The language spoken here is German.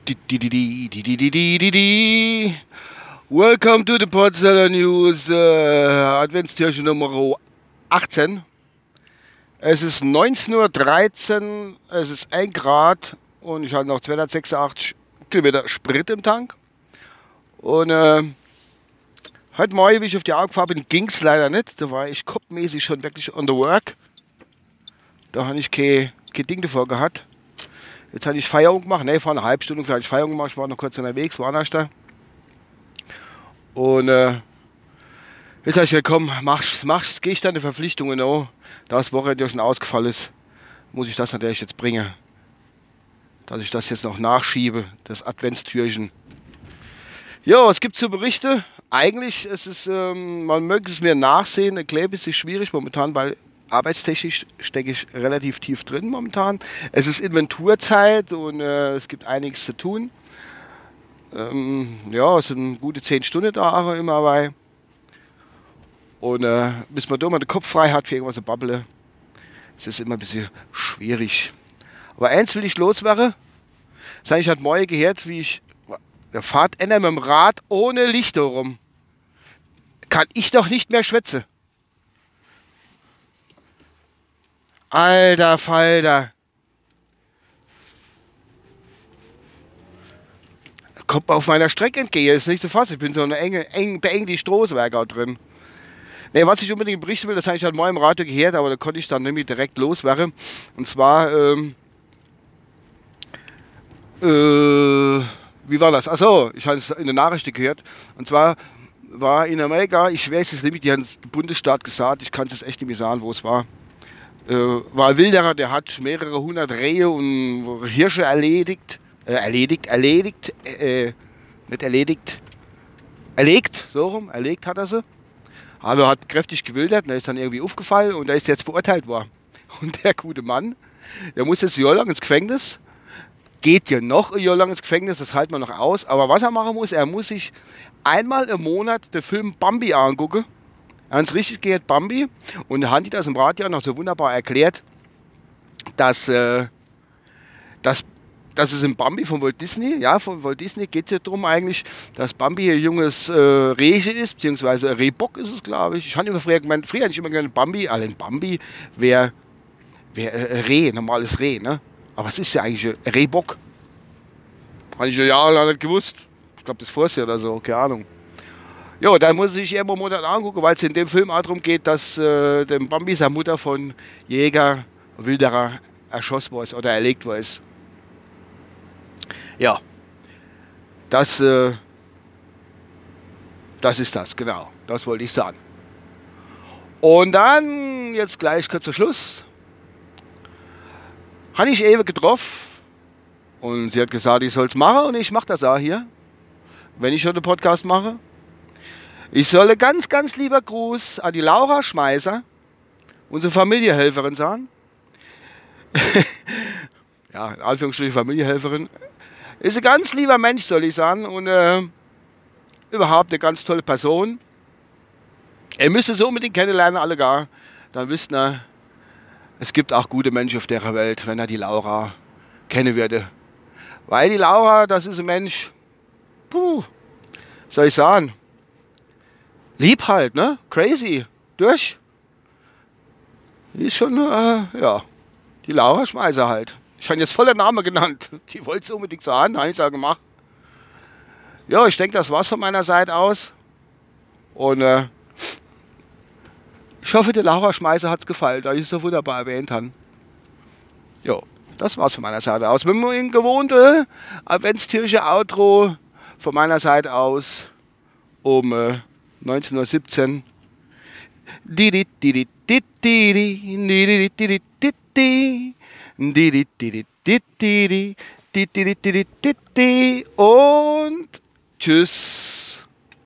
Di, di, di, di, di, di, di, di, di, di. Welcome to the Potsdamer News Adventstürchen Nummer 18. Es ist 19:13 Uhr, es ist 1 Grad und ich habe noch 286 Kilometer Sprit im Tank. Und heute Morgen, wie ich auf die Augen gefahren bin, ging es leider nicht. Da war ich kopfmäßig schon wirklich on the work. Da habe ich kein Ding davor gehabt. Jetzt habe ich Feierabend gemacht. Ne, vor einer halben Stunde habe ich Feierabend gemacht. Ich war noch kurz unterwegs, war nicht da. Und jetzt habe ich gesagt, komm, mach's, gehe ich dann die Verpflichtungen an. Da das Wochenende ja schon ausgefallen ist, muss ich das natürlich jetzt bringen. Dass ich das jetzt noch nachschiebe, das Adventstürchen. Ja, es gibt zu Berichte. Eigentlich ist es, man möge es mir nachsehen, ein klein bisschen schwierig momentan, weil arbeitstechnisch stecke ich relativ tief drin momentan. Es ist Inventurzeit und es gibt einiges zu tun. Ja, es sind gute 10 Stunden da immer bei. Und bis man da mal den Kopf frei hat für irgendwas zu babbeln, ist es immer ein bisschen schwierig. Aber eins will ich loswerden. Ich hatte morgen gehört, wie ich, da fahrt einer mit dem Rad ohne Licht rum. Kann ich doch nicht mehr schwätzen. Alter Falter. Kommt man auf meiner Strecke entgegen, ist nicht so fast. Ich bin so eine beengt die Straßenwerke drin. Nee, was ich unbedingt berichten will, das habe ich halt mal im Radio gehört, aber da konnte ich dann nämlich direkt loswerden. Und zwar, wie war das? Achso, ich habe es in der Nachricht gehört. Und zwar war in Amerika, ich weiß es nicht, die haben es im Bundesstaat gesagt, ich kann es jetzt echt nicht mehr sagen, wo es war. War ein Wilderer, der hat mehrere hundert Rehe und Hirsche erledigt. Nicht erledigt. Erlegt, so rum, erlegt hat er sie. Also hat kräftig gewildert und er ist dann irgendwie aufgefallen und er ist jetzt verurteilt worden. Und der gute Mann, der muss jetzt ein Jahr lang ins Gefängnis. Geht ja noch ein Jahr lang ins Gefängnis, das halten wir noch aus. Aber was er machen muss, er muss sich einmal im Monat den Film Bambi angucken. Ganz richtig gehört Bambi. Und da haben die das im Radio noch so wunderbar erklärt, dass, dass, dass es im Bambi von Walt Disney, ja, von Walt Disney geht es ja darum eigentlich, dass Bambi ein junges Rehchen ist, beziehungsweise ein Rehbock ist es, glaube ich. Ich habe immer früher gemeint, früher habe ich immer gemeint, Bambi, allein Bambi wäre Reh, normales Reh, ne? Aber es ist ja eigentlich ein Rehbock. Habe ich ja jahrelang nicht gewusst. Ich glaube, das vorher oder so, keine Ahnung. Ja, da muss ich immer mal angucken, weil es in dem Film auch darum geht, dass dem Bambi seine Mutter von Jäger, Wilderer erschossen wurde oder erlegt wurde. Ja, das, das ist das, genau. Das wollte ich sagen. Und dann, jetzt gleich kurz zum Schluss, habe ich Ewe getroffen und sie hat gesagt, ich soll es machen und ich mache das auch hier, wenn ich schon einen Podcast mache. Ich soll ganz, ganz lieber Gruß an die Laura Schmeißer, unsere Familienhelferin sagen. Ja, in Anführungsstrichen Familienhelferin. Ist ein ganz lieber Mensch, soll ich sagen. Und überhaupt eine ganz tolle Person. Ihr müsst es unbedingt kennenlernen, alle gar. Dann wisst ihr, es gibt auch gute Menschen auf der Welt, wenn er die Laura kennen würde. Weil die Laura, das ist ein Mensch, soll ich sagen, lieb halt, ne? Crazy. Durch. Die ist schon, ja, die Laura Schmeißer halt. Ich habe jetzt voller Name genannt. Die wollte es unbedingt sagen, habe ich es auch gemacht. Ja, ich denke, das war's von meiner Seite aus. Und ich hoffe, der Laura Schmeißer hat es gefallen, da ich es so wunderbar erwähnt habe. Ja, das war's von meiner Seite aus. Mit dem gewohnten Adventstürchen-Outro von meiner Seite aus um 19:17 Uhr. Didi, didi, didi, didi, didi, didi, didi, didi, didi, didi, didi, didi, und tschüss.